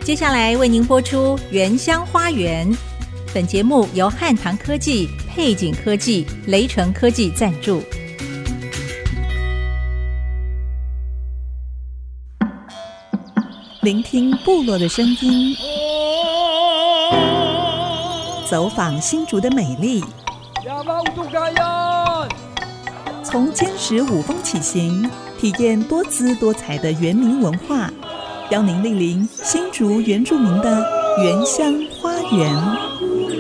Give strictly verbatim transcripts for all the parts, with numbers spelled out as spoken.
接下来为您播出原乡花园。本节目由汉唐科技、配景科技、雷城科技赞助。 聆听部落的声音，走访新竹的美丽，从坚实五峰起行，体验多姿多彩的原民文化，邀您莅临新竹原住民的原乡花园。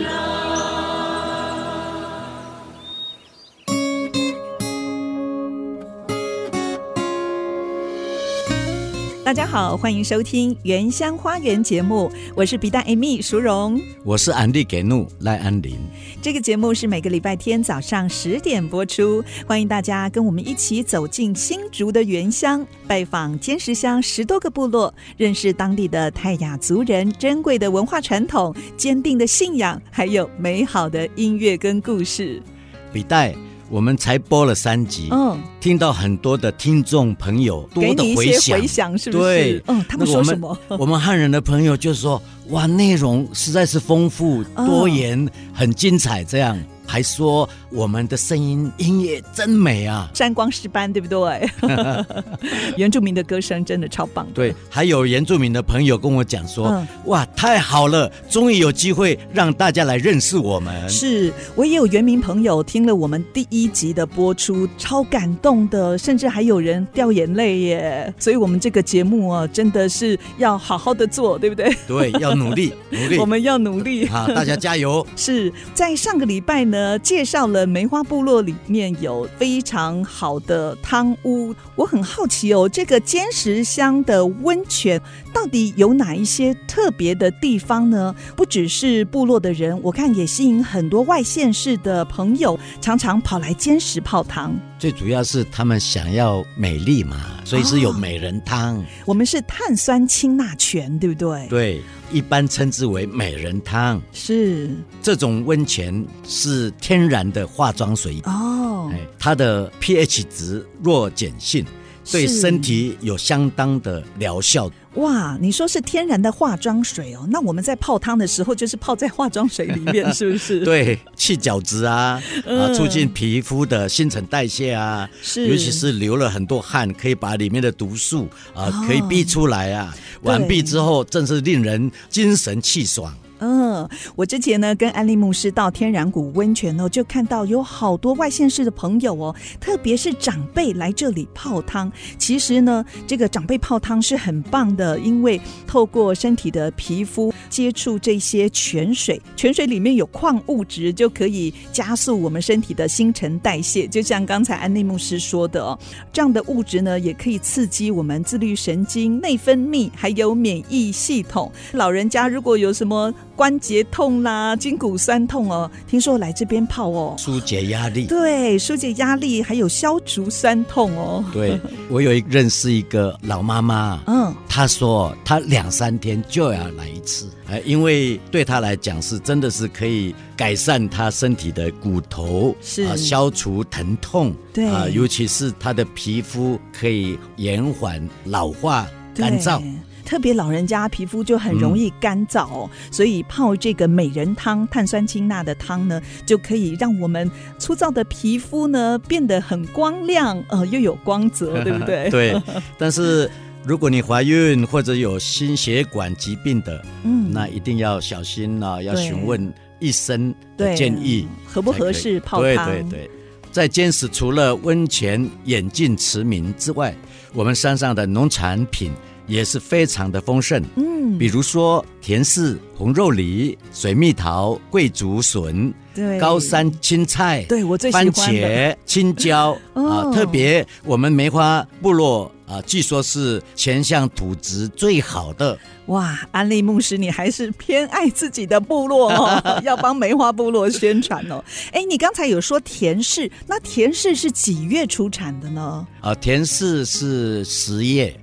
大家好，欢迎收听原乡花园节目，我是比大 Amy 淑荣， 我是安利给怒赖安林。 这个节目是每个礼拜天早上十点播出，欢迎大家跟我们一起走进新竹的原乡，拜访尖石乡十多个部落，认识当地的泰雅族人珍贵的文化传统、坚定的信仰，还有美好的音乐跟故事。 比大，我们才播了三集，嗯，听到很多的听众朋友多的回响， 回响是不是？ 对， 嗯，他们说什么？ 那個、我, 们我们汉人的朋友就说，哇，内容实在是丰富多元、嗯，很精彩，这样。还说我们的声音音乐真美啊， 山光石斑，对不对？原住民的歌声真的超棒的。 对，还有原住民的朋友跟我讲说、嗯、哇，太好了，终于有机会让大家来认识我们。 是，我也有原民朋友听了我们第一集的播出，超感动的，甚至还有人掉眼泪耶。所以我们这个节目啊，真的是要好好的做，对不对？ 对，要努力努力， 我们要努力啊，大家加油。 是在上个礼拜呢介绍了梅花部落里面有非常好的汤屋，我很好奇哦，这个尖石乡的温泉到底有哪一些特别的地方呢？不只是部落的人，我看也吸引很多外县市的朋友常常跑来尖石泡汤。 最主要是他们想要美丽嘛，所以是有美人汤、哦、 我们是碳酸氢钠泉，对不对？ 对，一般称之为美人汤。 是， 这种温泉是天然的化妆水哦，它的 pH 值弱碱性，对身体有相当的疗效。 哇，你说是天然的化妆水哦，那我们在泡汤的时候就是泡在化妆水里面是不是？ 对，去角质啊、嗯、啊，促进皮肤的新陈代谢啊，是，尤其是流了很多汗，可以把里面的毒素啊、哦、可以逼出来啊，完毕之后真是令人精神气爽。 嗯，我之前呢跟安利牧师到天然谷温泉哦，就看到有好多外县市的朋友哦，特别是长辈来这里泡汤。其实呢，这个长辈泡汤是很棒的，因为透过身体的皮肤接触这些泉水，泉水里面有矿物质，就可以加速我们身体的新陈代谢。就像刚才安利牧师说的哦，这样的物质呢，也可以刺激我们自律神经、内分泌，还有免疫系统。老人家如果有什么关节痛啦、筋骨酸痛哦，听说来这边泡哦， 疏解压力。对， 疏解压力，还有消除酸痛哦。 对，我有一认识一个老妈妈，嗯，她说她两三天就要来一次，因为对她来讲是真的是可以改善她身体的骨头，是、啊、消除疼痛，对啊，尤其是她的皮肤可以延缓老化、干燥。 特别老人家皮肤就很容易干燥哦、嗯，所以泡这个美人汤、碳酸氢钠的汤呢，就可以让我们粗糙的皮肤呢变得很光亮，呃，又有光泽，对不对？ 对。但是如果你怀孕或者有心血管疾病的，嗯，那一定要小心啊，要询问医生的建议， 合不合适泡汤？ 对对对。在尖石除了温泉远近驰名之外，我们山上的农产品也是非常的丰盛，嗯，比如说甜柿、红肉梨、水蜜桃、桂竹笋、高山青菜，对，我最喜欢的番茄、青椒、哦、啊，特别我们梅花部落啊，据说是全乡土质最好的。 哇，安利牧师，你还是偏爱自己的部落哦，要帮梅花部落宣传哦。哎，你刚才有说甜柿，那甜柿是几月出产的呢？ 啊，甜柿是十月。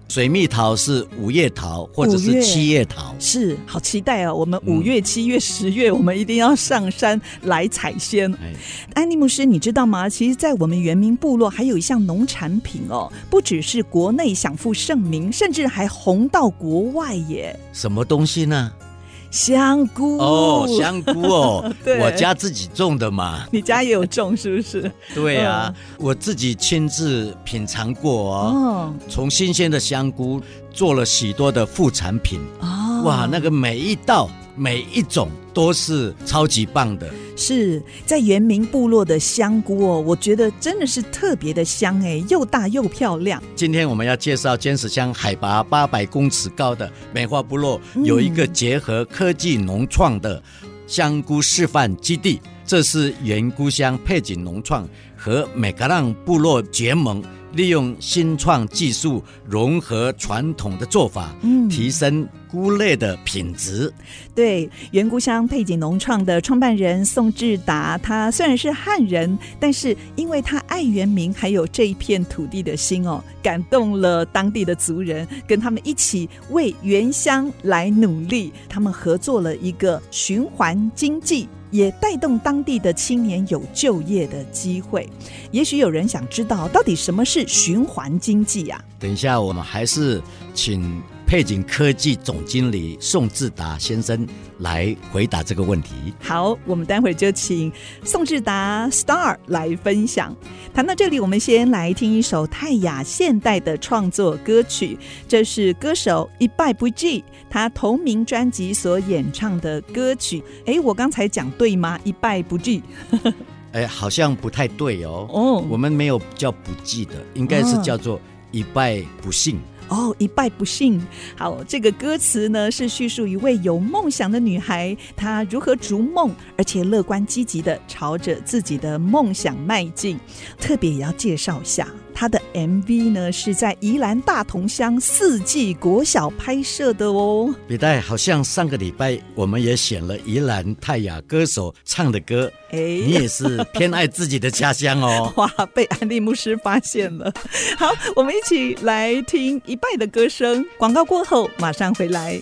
水蜜桃是五叶桃或者是七叶桃， 是好期待哦！我们五月、七月、十月，我们一定要上山来采鲜。哎、安利牧师，你知道吗？其实，在我们原民部落还有一项农产品哦，不只是国内享负盛名，甚至还红到国外耶。 什么东西呢？ 香菇哦，香菇哦，我家自己种的嘛。 你家也有种是不是？ 对啊、嗯，我自己亲自品尝过哦。从、哦、新鲜的香菇做了许多的副产品。哦，哇，那个每一道每一种都是超级棒的。 是在原民部落的香菇哦，我觉得真的是特别的香哎，又大又漂亮。 今天我们要介绍尖石乡海拔八百公尺高的美化部落、嗯、有一个结合科技农创的香菇示范基地，这是原菇乡配景农创和美嘎浪部落结盟，利用新创技术融合传统的做法、嗯、提升菇类的品质。 对，原菇乡配景农创的创办人宋志达，他虽然是汉人，但是因为他爱原民还有这一片土地的心哦，感动了当地的族人，跟他们一起为原乡来努力。他们合作了一个循环经济，也带动当地的青年有就业的机会。也许有人想知道，到底什么是循环经济啊？ 等一下我们还是请配景科技总经理宋志达先生来回答这个问题。 好，我们待会儿就请宋志达 Star 来分享。谈到这里，我们先来听一首泰雅现代的创作歌曲，这是歌手一拜不记他同名专辑所演唱的歌曲。诶，我刚才讲对吗？一拜不记哎，好像不太对哦。哦，我们没有叫不记的，应该是叫做一拜不幸。 哦，一拜不幸。好，这个歌词呢是叙述一位有梦想的女孩，她如何逐梦，而且乐观积极的朝着自己的梦想迈进。特别也要介绍一下她的 M V 呢，是在宜兰大同乡四季国小拍摄的哦。 比代，好像上个礼拜我们也选了宜兰泰雅歌手唱的歌，哎，你也是偏爱自己的家乡哦。 哇，被安利牧师发现了。好，我们一起来听一拜的歌声。广告过后马上回来。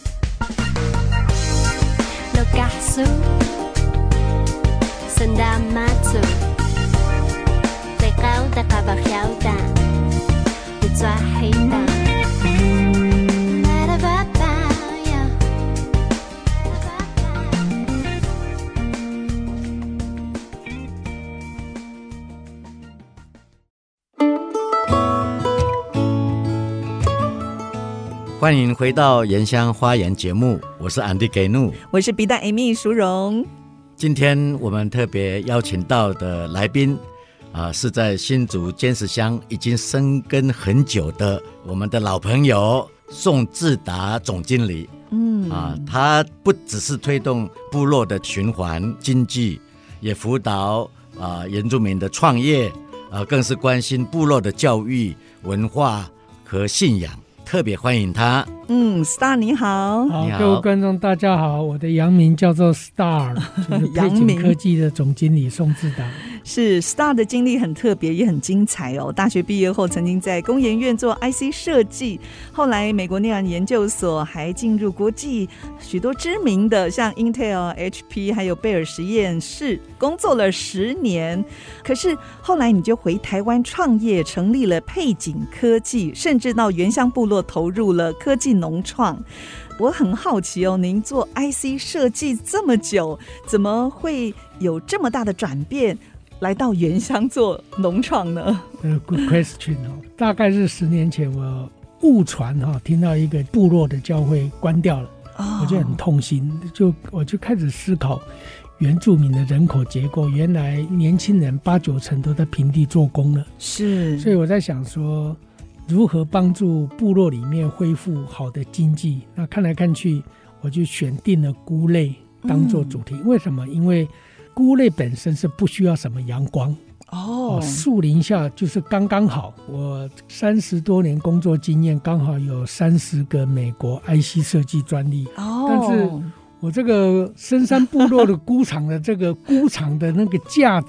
欢迎回到原乡花园节目，我是安迪给怒， 我是鼻蛋 Amy 淑荣。 今天我们特别邀请到的来宾啊，是在新竹尖石乡已经生根很久的我们的老朋友宋志达总经理。嗯啊，他不只是推动部落的循环经济，也辅导啊原住民的创业啊，更是关心部落的教育、文化和信仰。特别欢迎他。 嗯 Star 你好。 好，各位观众大家好，我的洋名叫做 Star 就是配景科技的总经理宋志达。 是 Star 的经历很特别也很精彩哦。大学毕业后曾经在工研院做 I C 设计，后来美国念完研究所，还进入国际许多知名的像 Intel、H P 还有贝尔实验室工作了十年。可是后来你就回台湾创业，成立了配景科技，甚至到原乡部落投入了科技农创。我很好奇哦，您做 I C 设计这么久，怎么会有这么大的转变，来到原乡做农创呢？ 呃 ，Good question 哦，大概是十年前我误传哈、哦，听到一个部落的教会关掉了，哦、我就很痛心，就我就开始思考原住民的人口结构，原来年轻人八九成都在平地做工了， 是， 所以我在想说，如何帮助部落里面恢复好的经济？那看来看去，我就选定了菇类当做主题。嗯、为什么？因为菇类本身是不需要什么阳光哦，树林下就是刚刚好。我三十多年工作经验，刚好有三十个美国 I C 设计专利。哦，但是我这个深山部落的菇场的这个菇场的那个架子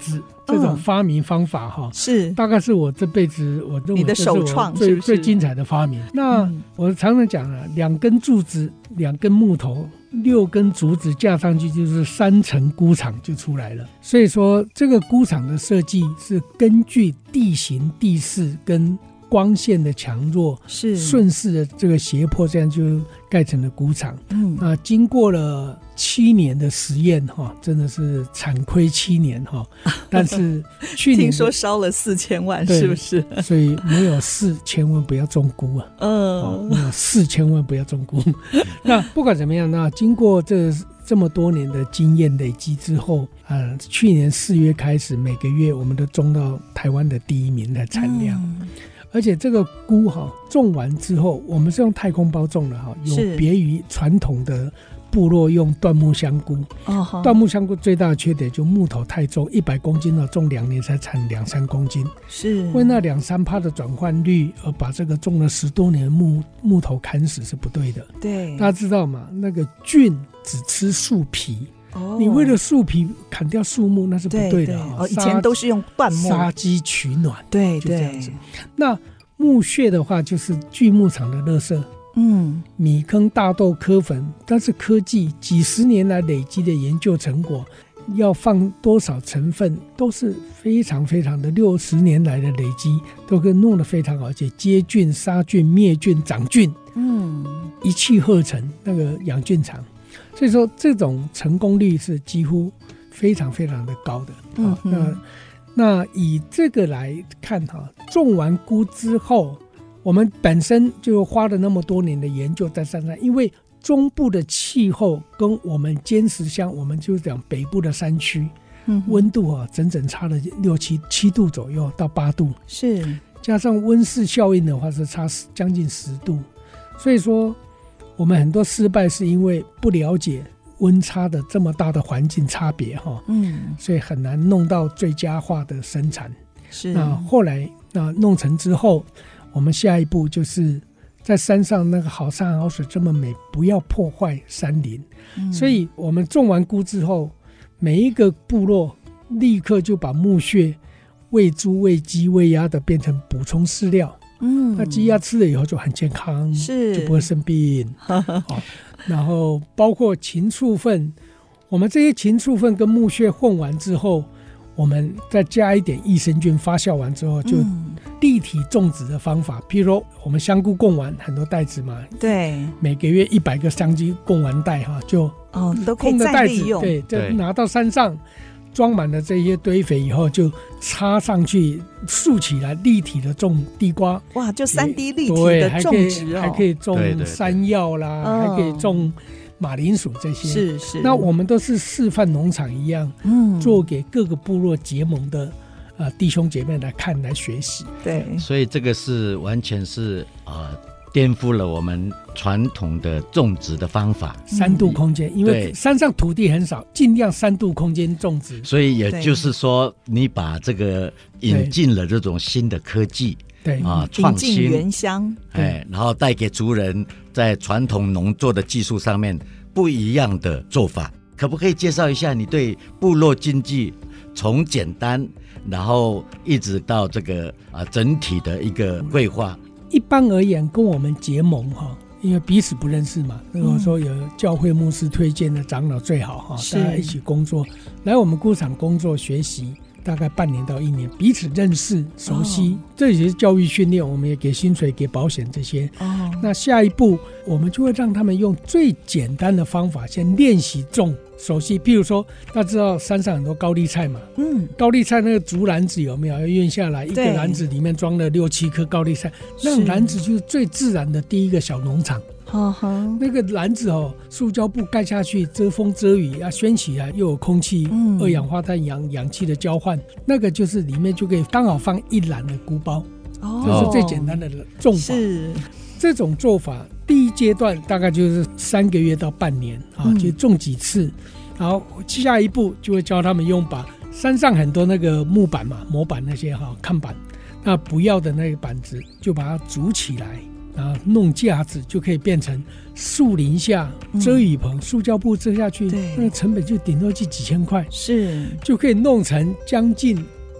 这种发明方法哈、嗯， 是大概是我这辈子我认为你的首创， 最是不是最精彩的发明？那、嗯、我常常讲了，两根柱子，两根木头，六根竹子架上去，就是三层菇场就出来了。所以说，这个菇场的设计是根据地形、地势跟光线的强弱，是顺势的这个斜坡，这样就盖成了菇场。嗯，那经过了七年的实验哈，真的是惨亏七年哈。但是去年听说烧了四千万，是不是？ 所以没有事千万不要种菇啊。嗯、哦，没有事千万不要种菇。那不管怎么样，那经过这这么多年的经验累积之后，呃，去年四月开始，每个月我们都种到台湾的第一名的产量。嗯，而且这个菇哈种完之后，我们是用太空包种的哈，有别于传统的部落用椴木香菇。哦，椴木香菇最大的缺点就木头太重，一百公斤呢种两年才产两三公斤，是为那两三趴的转换率而把这个种了十多年的木木头砍死是不对的。对，大家知道吗？那个菌只吃树皮。哦，你为了树皮砍掉树木，那是不对的。对对哦，以前都是用椴木杀鸡取暖， 对， 就这样子。那木屑的话，就是锯木厂的垃圾，嗯，米糠、大豆、科粉，但是科技几十年来累积的研究成果，要放多少成分，都是非常非常的六十年来的累积，都可以弄得非常好，而且接菌、杀菌、灭菌、长菌，嗯，一气呵成，那个养菌场。所以说这种成功率是几乎非常非常的高的。嗯、啊，那那以这个来看哈，种完菇之后，我们本身就花了那么多年的研究在山上，因为中部的气候跟我们尖石乡，我们就讲北部的山区，嗯，温度啊整整差了六七七度左右到八度，是加上温室效应的话是差将近十度，所以说。我们很多失败是因为不了解温差的这么大的环境差别哈，嗯，所以很难弄到最佳化的生产。是，那后来那弄成之后，我们下一步就是在山上那个好山好水这么美，不要破坏山林。嗯，所以我们种完菇之后，每一个部落立刻就把木屑喂猪、喂鸡、喂鸭的变成补充饲料。嗯，那鸡鸭吃了以后就很健康，是就不会生病。哦，然后包括禽畜粪，我们这些禽畜粪跟木屑混完之后，我们再加一点益生菌，发酵完之后就立体种植的方法。譬如说我们香菇供完很多袋子嘛，对，每个月一百个香鸡供完袋哈，就哦都可以再利用， 对，就拿到山上。装满了这些堆肥以后，就插上去竖起来，立体的种地瓜。 哇，就三 D 立体的种植哦， 还可以种山药啦，对对对，还可以种马铃薯这些。是是。那我们都是示范农场一样，嗯，做给各个部落结盟的呃弟兄姐妹来看来学习。 对，所以这个是完全是呃。颠覆了我们传统的种植的方法， 三度空间，因为山上土地很少，尽量三度空间种植。 所以也就是说，你把这个引进了这种新的科技，对啊，创新原乡， 哎，然后带给族人在传统农作的技术上面不一样的做法。可不可以介绍一下你对部落经济从简单，然后一直到这个啊整体的一个规划？ 一般而言，跟我们结盟哈，因为彼此不认识嘛。如果说有教会牧师推荐的长老最好哈，大家一起工作，来我们菇场工作学习，大概半年到一年，彼此认识熟悉，哦，这也是教育训练，我们也给薪水、给保险这些。哦，那下一步我们就会让他们用最简单的方法先练习种。熟悉，譬如说，大家知道山上很多高丽菜嘛，嗯，高丽菜那个竹篮子有没有？要运下来，一个篮子里面装了六七颗高丽菜，那种篮子就是最自然的第一个小农场。那个篮子哦，塑胶布盖下去，遮风遮雨，要掀起来又有空气，嗯，二氧化碳氧氧气的交换，那个就是里面就可以刚好放一篮的菇包，哦，这是最简单的种法。是这种做法，第一阶段大概就是三个月到半年啊，嗯，就种几次，然后下一步就会教他们用把山上很多那个木板嘛，模板那些哈看板，那不要的那个板子就把它组起来，然后弄架子，就可以变成树林下遮雨棚，嗯，塑胶布遮下去，那个成本就顶多就几千块，是就可以弄成将近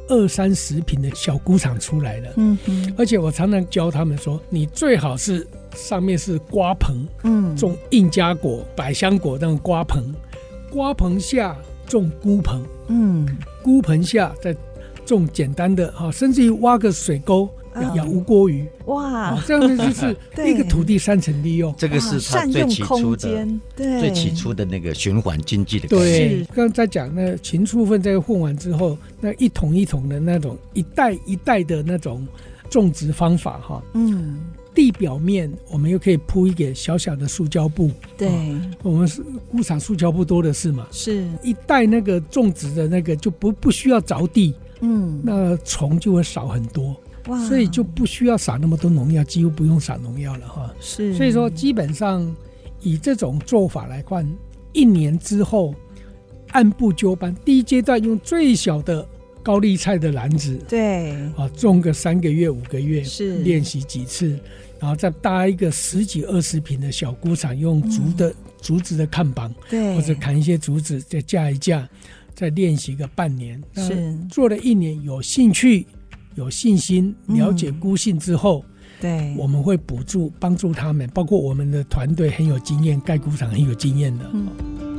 二三十坪的小菇场出来了。嗯嗯，而且我常常教他们说，你最好是上面是瓜棚，嗯，种印加果、百香果那种瓜棚，瓜棚下种菇棚，嗯，菇棚下再种简单的哈，甚至于挖个水沟。养无锅鱼，哇、哦，这样子就是一个土地三层利用， 这个是他最起初的，最起初的那个循环经济的概念。 对，刚刚在讲那禽畜粪在混完之后，那一桶一桶的那种一袋一袋的那种种植方法哈，嗯，地表面我们又可以铺一个小小的塑胶布， 对，哦、 我们是菇场塑胶布多的是嘛， 是一袋那个种植的那个就不不需要着地，嗯，那虫就会少很多。所以就不需要撒那么多农药，几乎不用撒农药了哈。是，所以说基本上以这种做法来看，一年之后按部就班，第一阶段用最小的高丽菜的篮子， 对， 啊，种个三个月、五个月， 是练习几次，然后再搭一个十几二十坪的小菇场，用竹的、嗯、竹子的看板， 对， 或者砍一些竹子再架一架，再练习个半年。是做了一年，有兴趣。有信心了解菇性之后、嗯、对，我们会补助帮助他们，包括我们的团队很有经验，盖菇场很有经验的、嗯、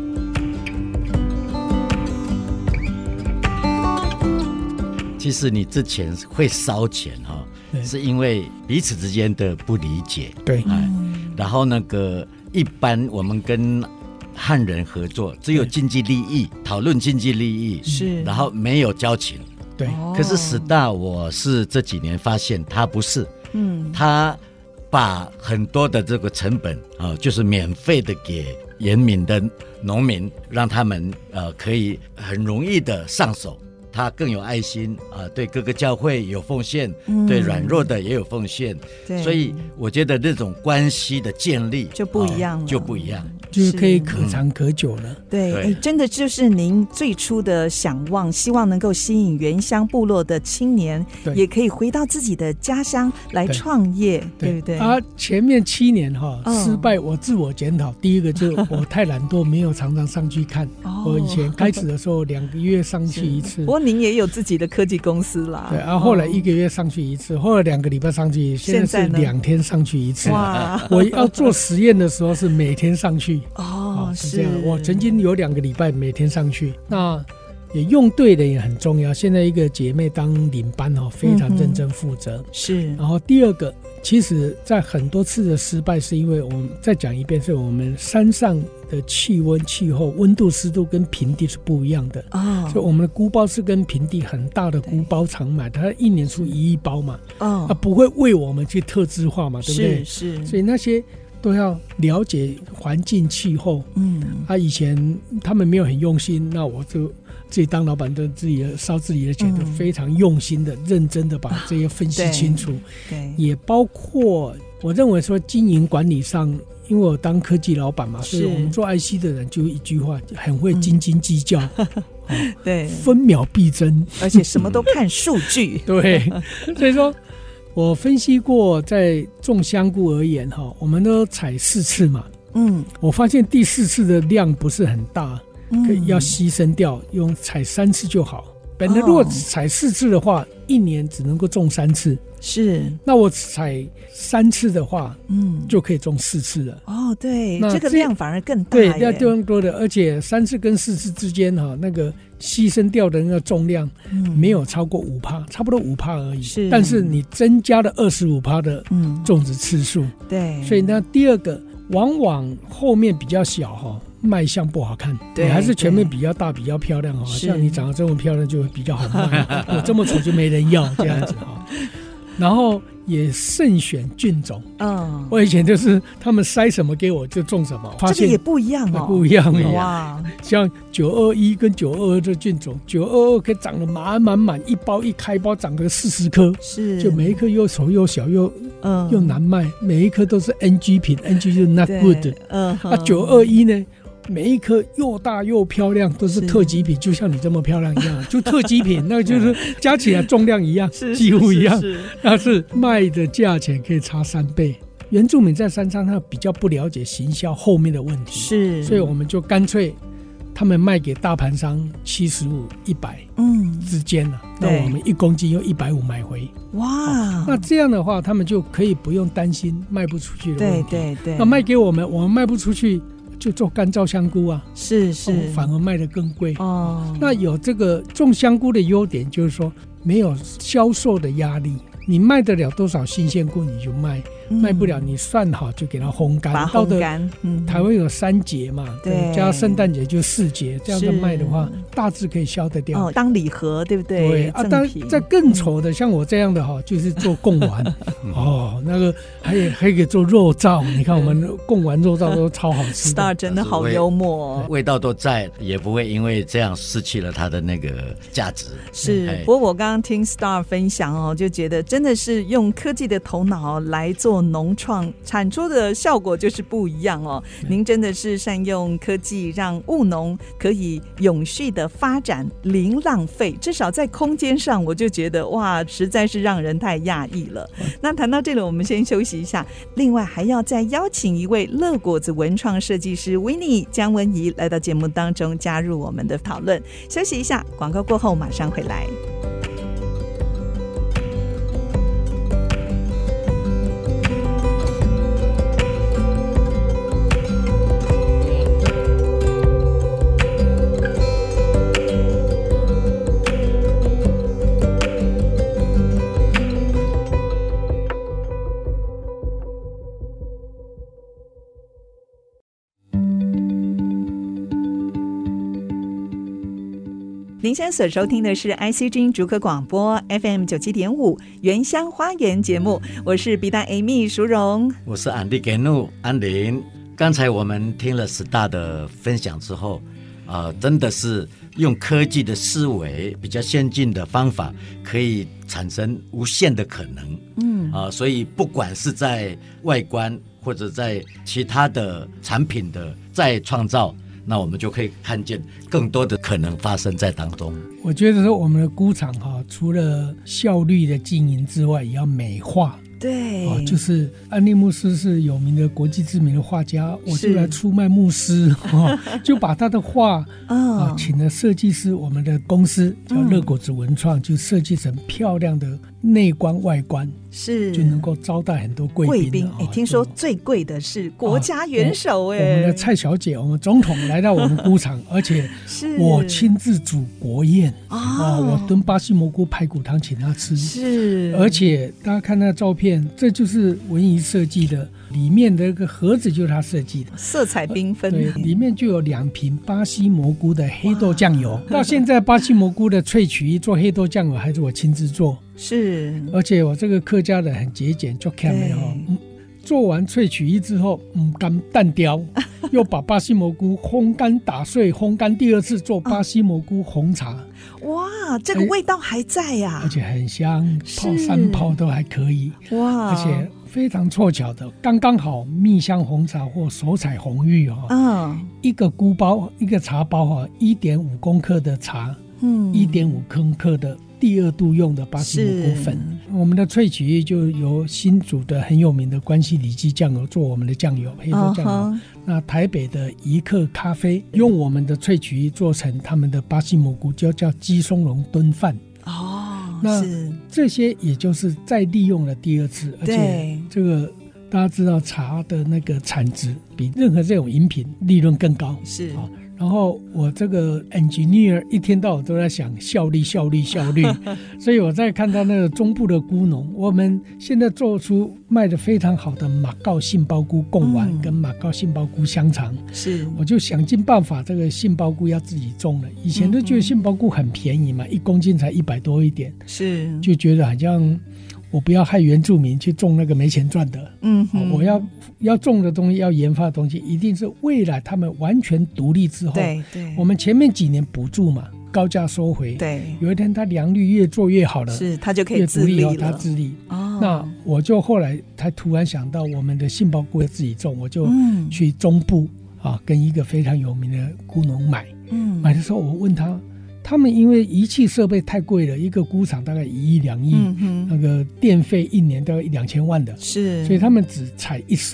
其实你之前会烧钱、哦、是因为彼此之间的不理解， 对、 嗯、然后那个一般我们跟汉人合作只有经济利益，讨论经济利益，是，然后没有交情， 对， 可是史大我是这几年发现他不是，嗯，他把很多的这个成本啊、呃，就是免费的给原民的农民，让他们呃可以很容易的上手。他更有爱心啊、呃，对各个教会有奉献、嗯，对软弱的也有奉献，所以我觉得这种关系的建立就不一样了、 哦，就不一样， 就是可以可长可久了。嗯、 对，对、欸，真的就是您最初的想望，希望能够吸引原乡部落的青年，也可以回到自己的家乡来创业， 对, 对不对？ 啊，前面七年哈、哦、失败，我自我检讨，第一个就是我太懒惰，没有常常上去看。哦、我以前开始的时候两个月上去一次。 您也有自己的科技公司啦， 对，然、啊、后后来一个月上去一次，后来两个礼拜上去，现在是两天上去一次。哇！我要做实验的时候是每天上去，哦，是这样。我曾经有两个礼拜每天上去，那也用对的也很重要。现在一个姐妹当领班哦，非常认真负责、嗯。是。然后第二个，其实在很多次的失败，是因为我们再讲一遍，是我们山上的气温、气候、温度、湿度跟平地是不一样的哦。所以我们的菇包是跟平地很大的菇包场买，它一年出一亿包嘛，哦，它不会为我们去特制化嘛，对不对？是是。所以那些都要了解环境、气候。嗯，啊，以前他们没有很用心，那我就自己当老板，都自己的烧自己的钱，都非常用心的、认真的把这些分析清楚。对，也包括我认为说经营管理上。因为我当科技老板嘛，所以我们做 I C 的人就一句话，很会斤斤计较，嗯哦、对，分秒必争， 而且什么都看数据。 对，所以说我分析过，在种香菇而言哈，我们都采四次嘛，嗯，我发现第四次的量不是很大，可以要牺牲掉，用采三次就好。本来如果采四次的话，一年只能够种三次。是，那我采三次的话，嗯，就可以种四次了。 哦，对，这个量反而更大， 对，量更多的，而且三次跟四次之间哈，那个牺牲掉的那个重量，嗯，没有超过五趴，差不多五趴而已。是，但是你增加了二十五趴的种植次数，嗯，对，所以呢，第二个往往后面比较小哈。卖相不好看，对，还是前面比较大比较漂亮，像你长得这么漂亮就会比较好卖，我这么丑就没人要这样子哈。然后也慎选菌种，嗯，我以前就是他们塞什么给我就种什么， 发现这个也不一样哦， 不一样哦，哇！像九二一跟九二二这菌种，九二二可以长得满满满，一包一开包长个四十颗，是，就每一颗又丑又小又嗯又难卖，每一颗都是 N G 品 ，N G 就是 not good， 嗯，啊九二一呢？每一颗又大又漂亮，都是特级品，就像你这么漂亮一样，就特级品，那就是加起来重量一样，几乎一样，但是卖的价钱可以差三倍。原住民在山上，他比较不了解行销后面的问题，是，所以我们就干脆他们卖给大盘商七十五、一百嗯之间了、啊，那我们一公斤用一百五买回。哇、哦，那这样的话，他们就可以不用担心卖不出去的问题。对对对，那卖给我们，我们卖不出去。就做干燥香菇啊，是是、哦，反而卖得更贵哦。那有这个种香菇的优点，就是说没有销售的压力，你卖得了多少新鲜菇你就卖，嗯、卖不了你算好就给它烘干，把它烘干。嗯，台湾有三节嘛，对，加圣诞节就四节，这样子卖的话，大致可以销得掉。哦， 当礼盒对不对？ 对啊，当在更丑的，像我这样的哈，就是做贡丸哦，那个还有还可以做肉燥，你看我们贡丸肉燥都超好吃的。 Star 真的好幽默、哦， 味道都在，也不会因为这样失去了它的那个价值。 是，不过我刚刚听 Star 分享哦，就觉得真的是用科技的头脑来做农创，产出的效果就是不一样哦。您真的是善用科技，让务农可以永续的发展，零浪费。至少在空间上，我就觉得哇，实在是让人太讶异了。那谈到这里，我们先休息一下。另外还要再邀请一位乐果子文创设计师 Winnie 江文怡来到节目当中加入我们的讨论。休息一下，广告过后马上回来。您现在所收听的是 I C 之音竹科广播 F M 九七点五原乡花园节目，我是比大 Amy 淑荣， 我是安迪给怒安林。刚才我们听了Star的分享之后、呃、真的是用科技的思维，比较先进的方法，可以产生无限的可能。嗯、呃、所以不管是在外观或者在其他的产品的再创造，那我们就可以看见更多的可能发生在当中。 我觉得说我们的菇场哈，除了效率的经营之外，也要美化。对、哦、就是安利牧师是有名的国际知名的画家，我就来出卖牧师、哦、就把他的画、哦啊、请了设计师，我们的公司叫乐果子文创、嗯、就设计成漂亮的内观外观，是就能够招待很多贵宾。贵宾、哦、听说最贵的是国家元首、 啊、我, 我们的蔡小姐，我们总统来到我们菇场而且我亲自煮国宴、哦啊、我炖巴西蘑菇排骨汤请他吃，是而且大家看那照片，这就是文怡设计的，里面的一个盒子就是他设计的， 色彩缤纷。 对，里面就有两瓶巴西蘑菇的黑豆酱油，到现在巴西蘑菇的萃取液做黑豆酱油还是我亲自做，是，而且我这个客家人很节俭，就看没有、嗯、做完萃取液之后唔干淡掉，又把巴西蘑菇烘干打碎，烘干第二次做巴西蘑菇红茶、 嗯、哇，这个味道还在呀、啊， 而且很香，泡三泡都还可以哇，而且非常凑巧的，刚刚好蜜香红茶或手采红玉、哦嗯、一个菇包一个茶包、哦、一点五公克的茶，嗯，一点五公克的第二度用的巴西蘑菇粉。我们的萃取液就由新竹的很有名的关西里基酱油做我们的酱油，黑豆酱油、uh-huh. 那台北的一克咖啡用我们的萃取液做成他们的巴西蘑菇，就叫鸡松茸炖饭哦。那这些也就是再利用了第二次，而且这个大家知道茶的那个产值比任何这种饮品利润更高，是、哦，然后我这个 engineer 一天到晚都在想效率效率效率所以我在看到那个中部的菇农，我们现在做出卖的非常好的马告杏鲍菇贡丸跟马告杏鲍菇香肠，是、嗯、我就想尽办法这个杏鲍菇要自己种了。以前都觉得杏鲍菇很便宜嘛、嗯、一公斤才一百多一点，是就觉得好像我不要害原住民去种那个没钱赚的，嗯、哦，我要要种的东西，要研发的东西，一定是未来他们完全独立之后，对对，我们前面几年补助嘛，高价收回，对，有一天他良率越做越好了，是他就可以自立了，他自立。哦，那我就后来才突然想到，我们的杏鲍菇要自己种，我就去中部、嗯、啊，跟一个非常有名的菇农买，嗯，买的时候我问他。他们因为仪器设备太贵了，一个菇场大概一亿两亿、嗯，那个电费一年都要两千万的，是，所以他们只采一收，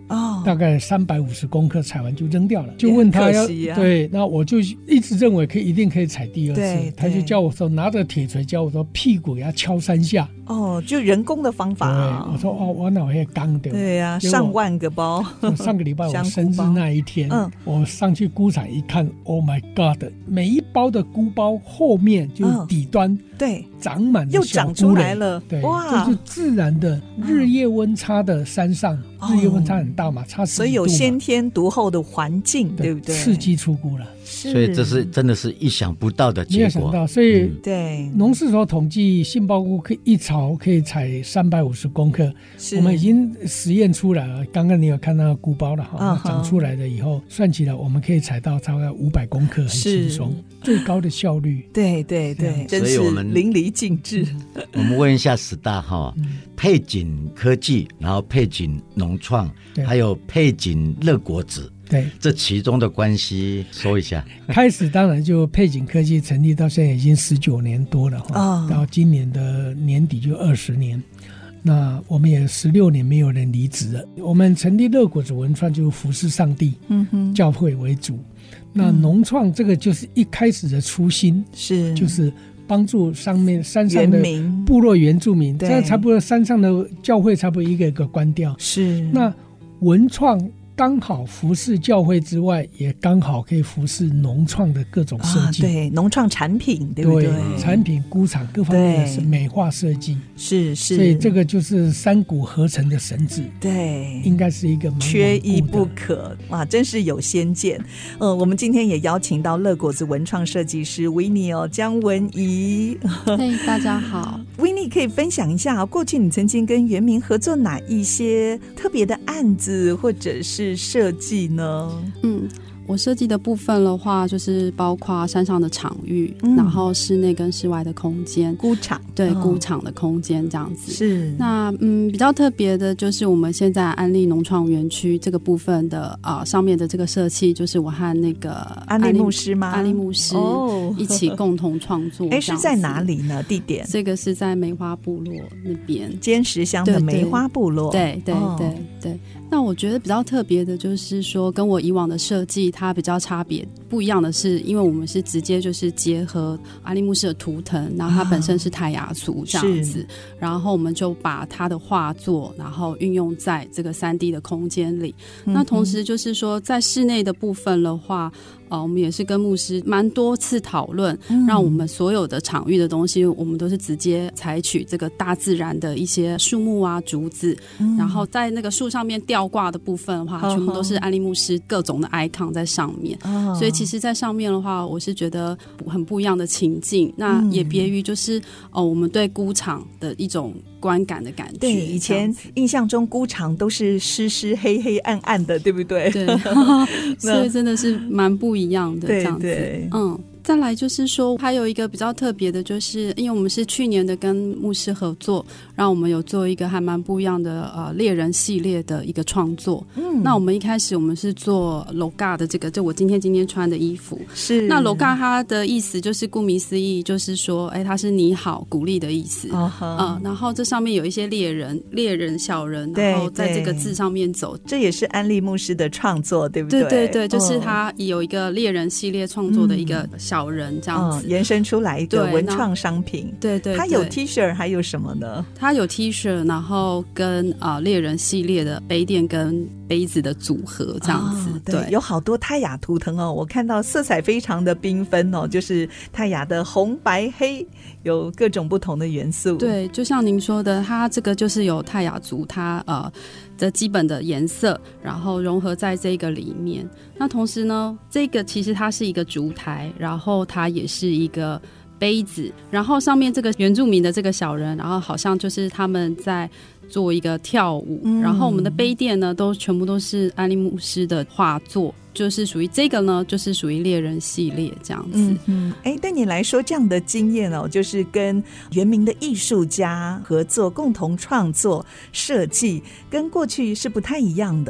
哦，大概三百五十公克，采完就扔掉了。就问他要、啊、对，那我就一直认为可以，一定可以采第二次。他就叫我说拿着铁锤，教我说屁股要敲三下。 哦，就人工的方法、啊。 对，我说哦，我哪会刚的？ 对呀、啊，上万个包。 上个礼拜我生日那一天，嗯，我上去菇场一看 ，Oh my God！ 每一包的菇包后面就是底端，嗯、 对， 长满又长出来了。 对，哇，这是自然的日夜温差的山上，嗯、日夜温差很大嘛，差十几度嘛， 所以有先天独厚的环境， 对, 对不对？ 刺激出菇了。 所以这是真的是意想不到的结果。 没有想到，所以、 嗯、对农事所统计，杏鲍菇可以一槽可以采三百五十公克，我们已经实验出来了。刚刚你有看到菇包了哈，长出来了以后，算起来我们可以采到差不多五百公克，很轻松，最高的效率。 对对对，真是淋漓尽致。 我们问一下史大哈，配景科技，然后配景农创，还有配景乐果子。 对， 这其中的关系说一下。 开始当然就配景科技成立到现在已经十九年多了哈、哦，到今年的年底就二十年。那我们也十六年没有人离职了。我们成立乐果子文创就是服侍上帝、嗯哼，教会为主。那农创这个就是一开始的初心，是就是帮助上面山上的部落原住民，这样差不多山上的教会差不多一个一个关掉。是那文创。刚好服侍教会之外，也刚好可以服侍农创的各种设计、 啊、对，农创产品，对不对？ 对，产品菇场各方面的美化设计， 是是， 所以这个就是三股合成的神子， 对， 应该是一个缺一不可。哇，真是有先见。呃，我们今天也邀请到乐果子文创设计师维尼哦，江文怡。 嘿，大家好。 维尼可以分享一下、哦、过去你曾经跟原民合作哪一些特别的案子，或者是设计呢？ 嗯，我设计的部分的话，就是包括山上的场域、嗯、然后室内跟室外的空间， 菇场， 对， 哦、 菇场的空间这样子。 是那嗯，比较特别的就是我们现在安利农创园区这个部分的啊、呃，上面的这个设计，就是我和那个安利牧师吗？ 安利牧师哦，一起共同创作。 哎，是在哪里呢？地点？ 这个是在梅花部落那边， 尖石乡的梅花部落。 对对对 对, 对, 对。那我觉得比较特别的就是说，跟我以往的设计它比较差别不一样的是，因为我们是直接就是结合阿利牧师的图腾，然后它本身是泰雅族这样子、啊、然后我们就把他的画作然后运用在这个 三 D 的空间里、嗯、那同时就是说在室内的部分的话呃，我们也是跟牧师蛮多次讨论、嗯、让我们所有的场域的东西我们都是直接采取这个大自然的一些树木啊竹子、嗯、然后在那个树上面吊挂的部分的话、哦、全部都是安利牧师各种的 icon 在上面、哦、所以其实在上面的话我是觉得很不一样的情境，那也别于就是、嗯哦、我们对菇场的一种观感的感觉。 对，以前印象中菇场都是湿湿黑黑暗暗的，对不对？ 对所以真的是蛮不一样的这样子。对对，嗯。再来就是说还有一个比较特别的，就是因为我们是去年的跟牧师合作，让我们有做一个还蛮不一样的呃猎人系列的一个创作。嗯，那我们一开始我们是做 loga 的这个，就我今天今天穿的衣服。是，那 loga 它的意思就是顾名思义，就是说，哎，它是你好鼓励的意思。啊、uh-huh. 呃，然后这上面有一些猎人、猎人小人，然后在这个字上面走， 这也是安利牧师的创作，对不对？ 对对对，就是他有一个猎人系列创作的一个小。小人这样子、 嗯、延伸出来一个文创商品。 对 对, 对， 它有 T 恤还有什么呢？ 它有 T 恤，然后跟呃猎人系列的杯垫跟杯子的组合这样子、哦、 对, 对，有好多泰雅图腾哦，我看到色彩非常的缤纷哦，就是泰雅的红白黑，有各种不同的元素。 对，就像您说的，它这个就是有泰雅族它呃的基本的颜色，然后融合在这个里面。那同时呢，这个其实它是一个烛台，然后它也是一个杯子，然后上面这个原住民的这个小人，然后好像就是他们在做一个跳舞、嗯、然后我们的杯垫呢都全部都是安利牧师的画作，就是属于这个呢就是属于猎人系列这样子。嗯嗯，哎，对你来说这样的经验哦，就是跟原民的艺术家合作共同创作设计，跟过去是不太一样的。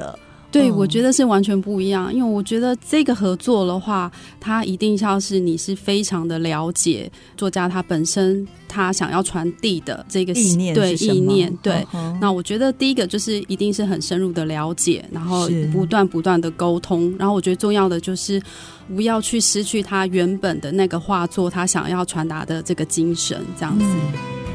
对、 嗯、 我觉得是完全不一样，因为我觉得这个合作的话，它一定要是你是非常的了解作家他本身他想要传递的这个意念对是什么意念对、 嗯、 那我觉得第一个就是一定是很深入的了解，然后不断不断的沟通，然后我觉得重要的就是不要去失去他原本的那个画作他想要传达的这个精神这样子、嗯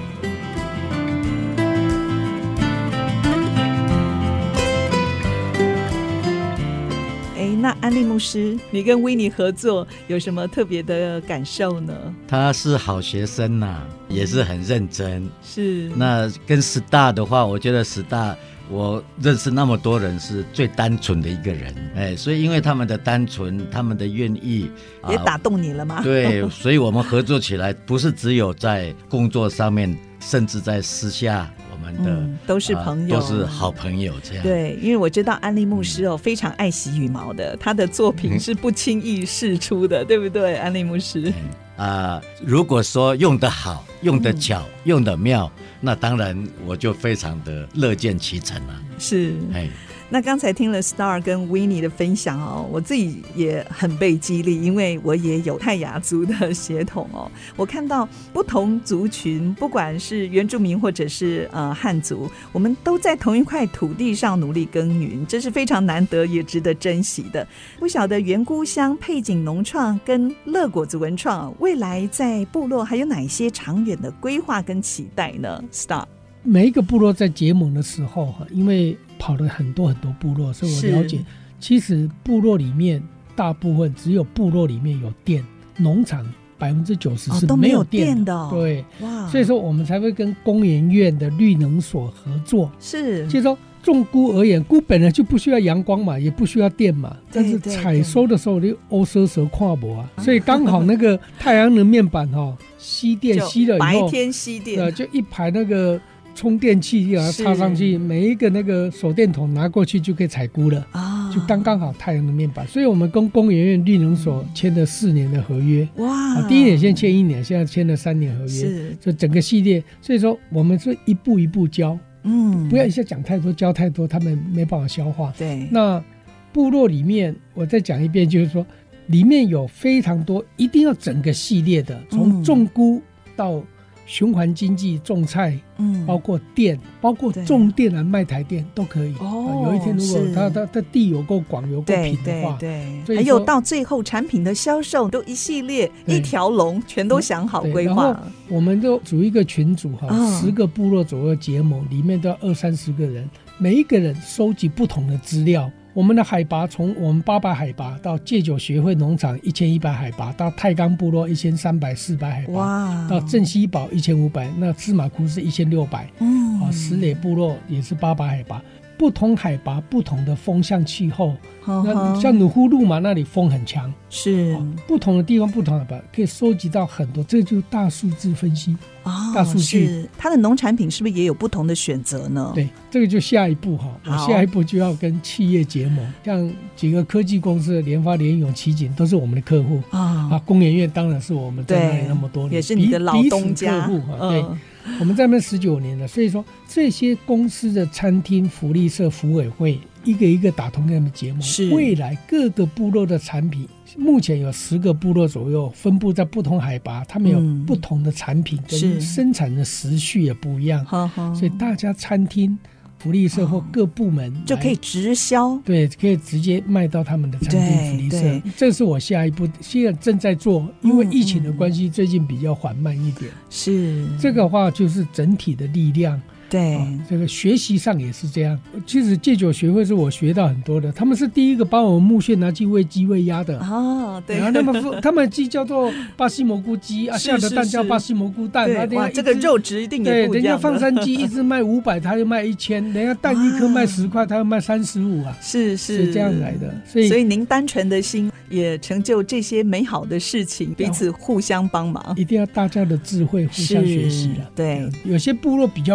那安利牧师，你跟威尼合作有什么特别的感受呢？ 他是好学生呐、啊，也是很认真。 是。 那跟史大的话，我觉得史大我认识那么多人是最单纯的一个人，哎，所以因为他们的单纯，他们的愿意， 也打动你了吗？ 啊、对，所以我们合作起来，不是只有在工作上面，甚至在私下。我们的、 嗯、都是朋友、 啊、都是好朋友这样。 对，因为我知道安利牧师哦、嗯、非常爱惜羽毛的，他的作品是不轻易释出的、嗯、对不对安利牧师、 嗯啊、如果说用得好用得巧、嗯、用得妙，那当然我就非常的乐见其成了。 是，哎，那刚才听了 Star 跟 Winnie 的分享哦，我自己也很被激励，因为我也有泰雅族的血统哦。我看到不同族群，不管是原住民或者是呃汉族，我们都在同一块土地上努力耕耘，这是非常难得也值得珍惜的。不晓得原故乡配景农创跟乐果子文创未来在部落还有哪些长远的规划跟期待呢 ？Star。 每一个部落在结盟的时候，因为跑了很多很多部落，所以我了解，其实部落里面大部分只有部落里面有电，农场百分之九十是没有电的。 哦、 对，哇，所以说我们才会跟工研院的绿能所合作。 是， 就是说种菇而言，菇本来就不需要阳光嘛，也不需要电嘛，但是采收的时候你欧奢蛇跨博啊，所以刚好那个太阳能面板哈、哦，吸电吸了以后， 白天吸电， 呃，就一排那个。充电器给它插上去，每一个那个手电筒拿过去就可以采菇了、啊、就刚刚好太阳能面板。所以我们跟工研院绿能所签了四年的合约。哇、啊！第一年先签一年，现在签了三年合约，是就整个系列。所以说我们是一步一步教，嗯，不要一下讲太多，教太多，他们没办法消化。 对。 那部落里面，我再讲一遍，就是说里面有非常多，一定要整个系列的，从种菇到循环经济种菜，嗯，包括电，包括种电来卖台电都可以。哦，有一天如果他他他地有够广有够平的话， 对对，还有到最后产品的销售都一系列一条龙，全都想好规划。 然后我们都组一个群组哈，十、嗯、个部落左右结盟，里面都要二三十个人，每一个人收集不同的资料。我们的海拔从我们八百海拔到戒酒学会农场一千一百海拔，到太钢部落一千三百四百海拔，哇，到镇西堡一千五百，那芝麻窟是一千六百，嗯，啊，石垒部落也是八百海拔。不同海拔不同的风向气候，那像努呼噜嘛那里风很强， 是、 哦、不同的地方不同海拔可以收集到很多，这就是大数字分析、哦、大数据。 它的农产品是不是也有不同的选择呢？ 对，这个就下一步哈，我下一步就要跟企业结盟，像几个科技公司的联发、联咏、奇景都是我们的客户、哦、啊，工研院当然是我们在那里那么多年， 也是你的老东家客户、嗯、对。我们在那十九年了，所以说这些公司的餐厅、福利社、福委会一个一个打通跟他们结盟，未来各个部落的产品，目前有十个部落左右，分布在不同海拔，他们有不同的产品，跟生产的时序也不一样，所以大家餐厅、福利社或各部门、哦、 就可以直销， 对，可以直接卖到他们的餐厅、福利社。这是我下一步，现在正在做，因为疫情的关系，最近比较缓慢一点。 是这个话就是整体的力量。 对、 哦，这个学习上也是这样。其实戒酒学会是我学到很多的，他们是第一个把我们木屑拿去喂鸡喂鸭的。 哦，对。 然后他们他们鸡叫做巴西蘑菇鸡啊，下的蛋叫巴西蘑菇蛋。 对，哇，这个肉质一定也不一样的。对， 人家放山鸡一只卖五百，他就卖一千；人家蛋一颗卖十块，他要卖三十五啊。 是是， 是这样来的。所以， 所以您单纯的心也成就这些美好的事情，彼此互相帮忙。 一定要大家的智慧互相学习了。 对， 有些部落比较远哈。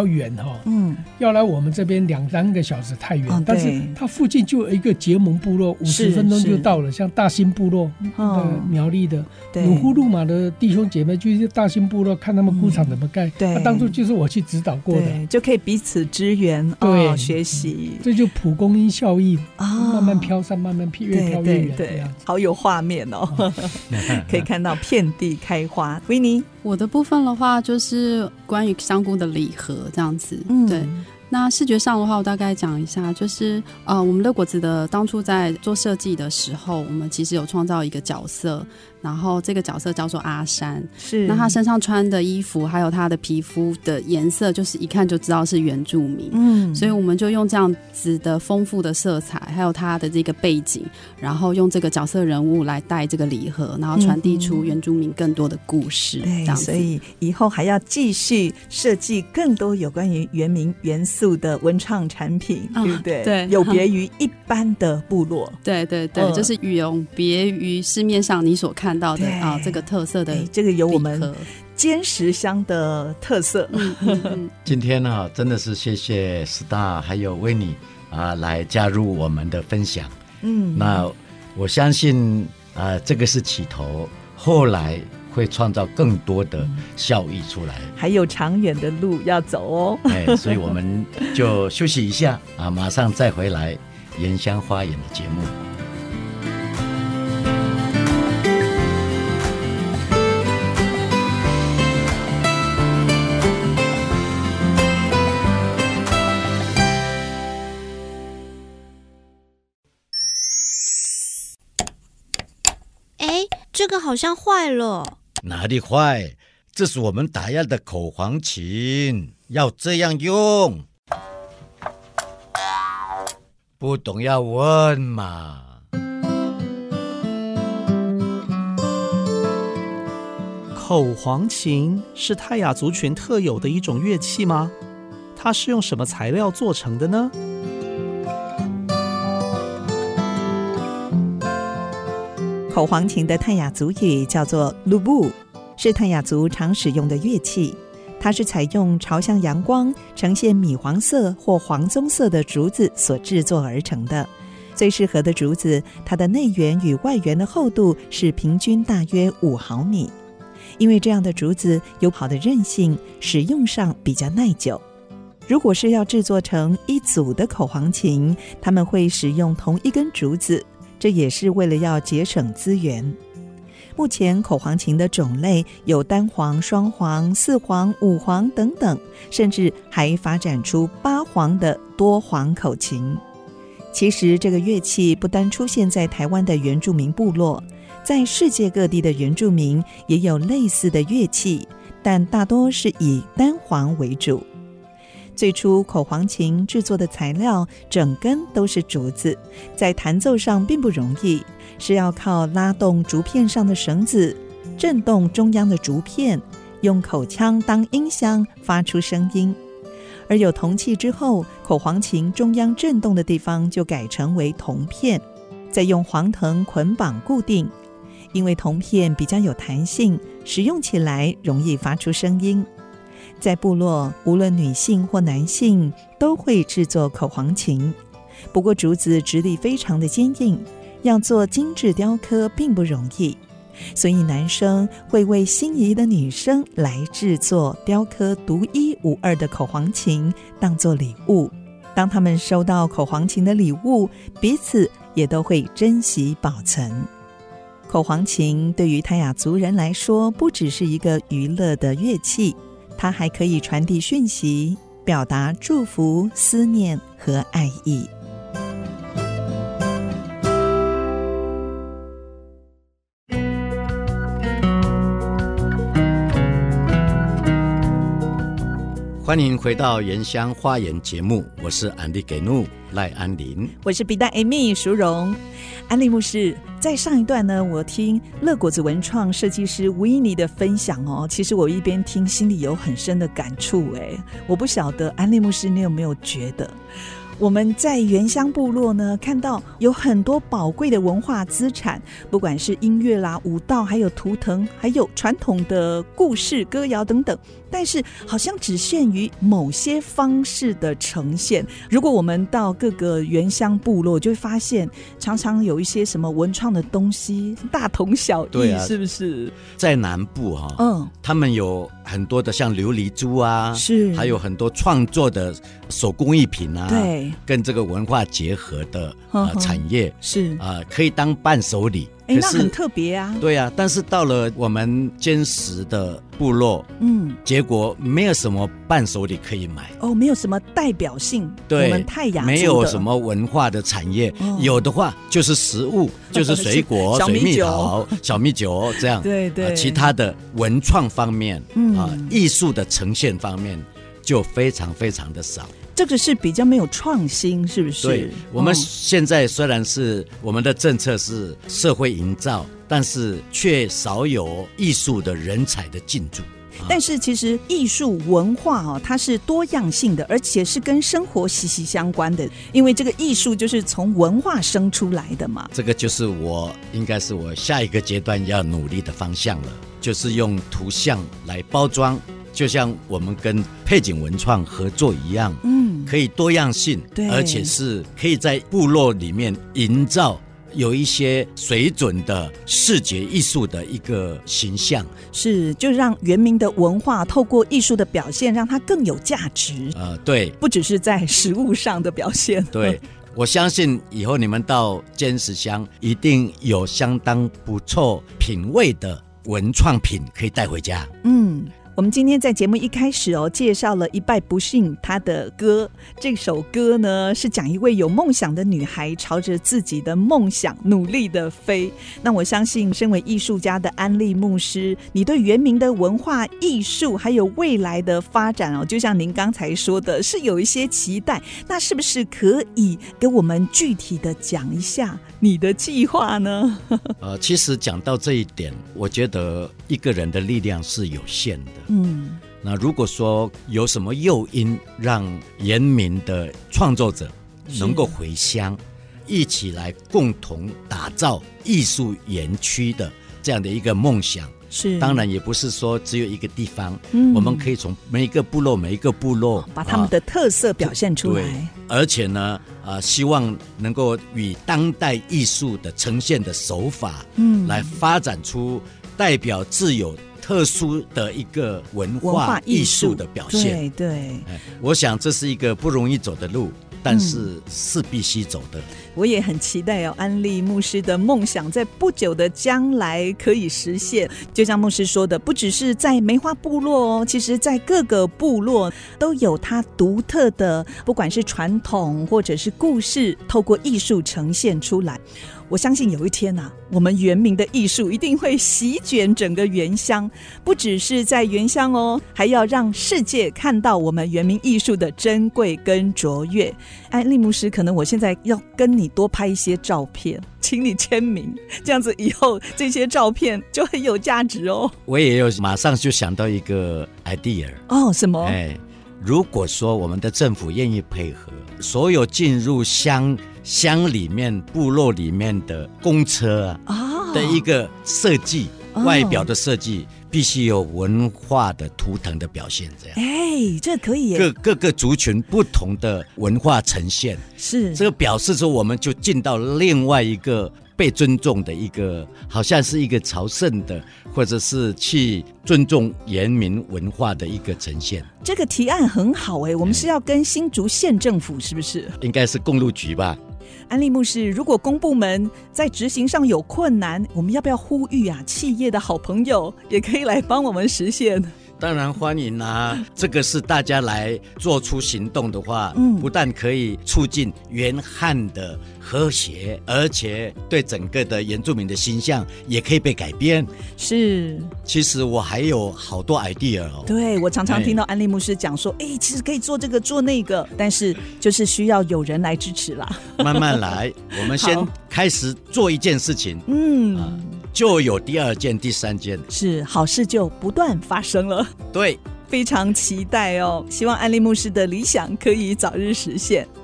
哈、哦， 嗯， 要来我们这边两三个小时太远， 哦、 但是它附近就有一个结盟部落，五十分钟就到了，像大兴部落的、哦、苗栗的鲁呼鲁马的弟兄姐妹，就是大兴部落看他们菇场怎么盖，嗯、对、啊，当初就是我去指导过的， 就可以彼此支援，对、哦，学习， 这就蒲公英效应，哦、慢慢飘散，慢慢越飘越远，这样好有画面哦，可以看到遍地开花。维尼， 我的部分的话就是关于香菇的礼盒这样子，嗯，对。那视觉上的话，我大概讲一下，就是呃，我们乐果子的当初在做设计的时候，我们其实有创造一个角色，然后这个角色叫做阿山，是那他身上穿的衣服还有他的皮肤的颜色，就是一看就知道是原住民，嗯，所以我们就用这样子的丰富的色彩，还有他的这个背景，然后用这个角色人物来带这个礼盒，然后传递出原住民更多的故事， 对、 嗯，这样子。 所以以后还要继续设计更多有关于原民元素的文创产品，哦、对不对？对，有别于一般的部落， 对对对，呃、就是有别于市面上你所看到的啊、呃、这个特色的， 这个有我们尖石乡的特色。嗯嗯嗯、今天呢、啊，真的是谢谢 Star 还有维尼啊来加入我们的分享。嗯，那我相信啊，这个是起头，后来会创造更多的效益出来， 还有长远的路要走哦。 哎，所以我们就休息一下啊，马上再回来原乡花园的节目。 哎，这个好像坏了。 哪里坏？这是我们打样的口簧琴，要这样用。不懂要问嘛。 口簧琴是泰雅族群特有的一种乐器吗？它是用什么材料做成的呢？ 口簧琴的泰雅族语叫做鲁布，是泰雅族常使用的乐器。它是采用朝向阳光、呈现米黄色或黄棕色的竹子所制作而成的。最适合的竹子，它的内缘与外缘的厚度是平均大约五毫米。因为这样的竹子有好的韧性，使用上比较耐久。如果是要制作成一组的口簧琴，他们会使用同一根竹子，这也是为了要节省资源。目前口簧琴的种类有单簧、双簧、四簧、五簧等等，甚至还发展出八簧的多簧口琴。其实这个乐器不单出现在台湾的原住民部落，在世界各地的原住民也有类似的乐器，但大多是以单簧为主。最初口簧琴制作的材料整根都是竹子，在弹奏上并不容易，是要靠拉动竹片上的绳子，震动中央的竹片，用口腔当音箱发出声音。而有铜器之后，口簧琴中央震动的地方就改成为铜片，再用黄藤捆绑固定。因为铜片比较有弹性，使用起来容易发出声音。在部落，无论女性或男性都会制作口簧琴，不过竹子质地非常的坚硬，要做精致雕刻并不容易，所以男生会为心仪的女生来制作雕刻独一无二的口簧琴当作礼物。当他们收到口簧琴的礼物，彼此也都会珍惜保存。口簧琴对于泰雅族人来说，不只是一个娱乐的乐器，它还可以传递讯息，表达祝福、思念和爱意。 欢迎回到原乡花园节目，我是安迪给怒赖安林， 我是比大 Amy 淑荣。安利牧师，在上一段呢，我听乐果子文创设计师维尼的分享哦，其实我一边听心里有很深的感触哎，我不晓得安利牧师你有没有觉得，我们在原乡部落呢，看到有很多宝贵的文化资产，不管是音乐啦、舞蹈，还有图腾，还有传统的故事、歌谣等等， 但是好像只限于某些方式的呈现。如果我们到各个原乡部落，就会发现常常有一些什么文创的东西，大同小异，啊、是不是？ 在南部哈、 哦，嗯， 他们有很多的像琉璃珠啊， 是， 还有很多创作的手工艺品啊， 对， 跟这个文化结合的呃产业是啊、呃，可以当伴手礼。 哎，那很特别啊。 对啊，但是到了我们坚实的部落， 嗯， 结果没有什么伴手礼可以买。 哦，没有什么代表性。 对， 我们泰雅族的没有什么文化的产业，哦、有的话就是食物，就是水果、水蜜桃、小米酒这样。 对对、 呃，其他的文创方面，嗯啊、呃，艺术的呈现方面就非常非常的少。 这个是比较没有创新，是不是？ 对，我们现在虽然是我们的政策是社会营造，但是却少有艺术的人才的进驻。 但是其实艺术文化哦，它是多样性的，而且是跟生活息息相关的，因为这个艺术就是从文化生出来的嘛。 这个就是我应该是我下一个阶段要努力的方向了，就是用图像来包装。就像我们跟配景文创合作一样，嗯，可以多样性， 对， 而且是可以在部落里面营造有一些水准的视觉艺术的一个形象， 是就让原民的文化透过艺术的表现，让它更有价值。 呃，对， 不只是在食物上的表现。 对，我相信以后你们到尖石乡，一定有相当不错品味的文创品可以带回家。 嗯。我们今天在节目一开始哦，介绍了一拜不幸他的歌。这首歌呢，是讲一位有梦想的女孩朝着自己的梦想努力的飞。那我相信身为艺术家的安利牧师，你对原民的文化艺术还有未来的发展哦，就像您刚才说的，是有一些期待。那是不是可以给我们具体的讲一下你的计划呢？ 呃，其实讲到这一点，我觉得一个人的力量是有限的。 嗯， 那如果说有什么诱因让原民的创作者能够回乡，一起来共同打造艺术园区的这样的一个梦想， 是当然也不是说只有一个地方，嗯、我们可以从每一个部落每一个部落把他们的特色表现出来， 对，而且呢，呃，希望能够与当代艺术的呈现的手法，嗯，来发展出代表自有特殊的一个文化艺术的表现。 对对， 我想这是一个不容易走的路，但是是必须走的。 我也很期待哦，安利牧师的梦想在不久的将来可以实现。就像牧师说的，不只是在梅花部落哦，其实在各个部落都有它独特的，不管是传统或者是故事，透过艺术呈现出来。我相信有一天啊，我们原民的艺术一定会席卷整个原乡，不只是在原乡哦，还要让世界看到我们原民艺术的珍贵跟卓越。安利牧师，可能我现在要跟你多拍一些照片，请你签名，这样子以后这些照片就很有价值哦。 我也有马上就想到一个 idea 哦，什么？ 哎，如果说我们的政府愿意配合，所有进入乡乡里面部落里面的公车啊的一个设计、哦、外表的设计必须有文化的图腾的表现，这样哎，这可以耶， 各各个族群不同的文化呈现， 是这个表示说我们就进到另外一个被尊重的一个，好像是一个朝圣的，或者是去尊重原民文化的一个呈现。 这个提案很好哎，我们是要跟新竹县政府是不是？ 应该是公路局吧。 安利牧师，如果公部门在执行上有困难，我们要不要呼吁啊？企业的好朋友也可以来帮我们实现。 当然欢迎啊！这个是大家来做出行动的话，嗯，不但可以促进原汉的和谐，而且对整个的原住民的形象也可以被改变。 是， 其实我还有好多 idea 哦。 对，我常常听到安利牧师讲说，哎，其实可以做这个做那个，但是就是需要有人来支持啦。 慢慢来，我们先开始做一件事情， 嗯。 啊就有第二件第三件， 是好事就不断发生了。 对， 非常期待哦，希望安利牧师的理想可以早日实现。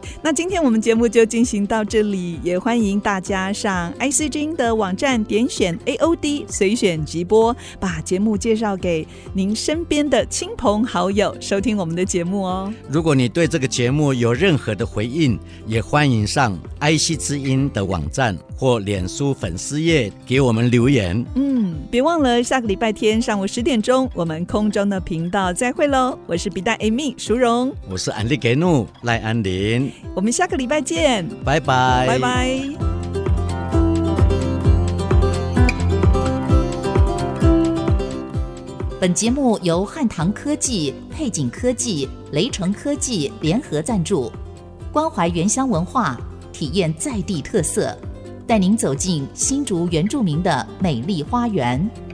那今天我们节目就进行到这里，也欢迎大家上 I C 之音的网站点选 A O D 随选直播，把节目介绍给您身边的亲朋好友收听我们的节目哦。 如果你对这个节目有任何的回应，也欢迎上 I C 之音的网站或脸书粉丝页给我们留言。 嗯，别忘了下个礼拜天上午十点钟，我们空中的频道再会喽。我是比大 Amy 淑荣， 我是安利给努赖安林， 我们下个礼拜见， 拜拜， 拜拜。 本节目由汉唐科技、配景科技、雷城科技联合赞助，关怀原乡文化，体验在地特色，带您走进新竹原住民的美丽花园。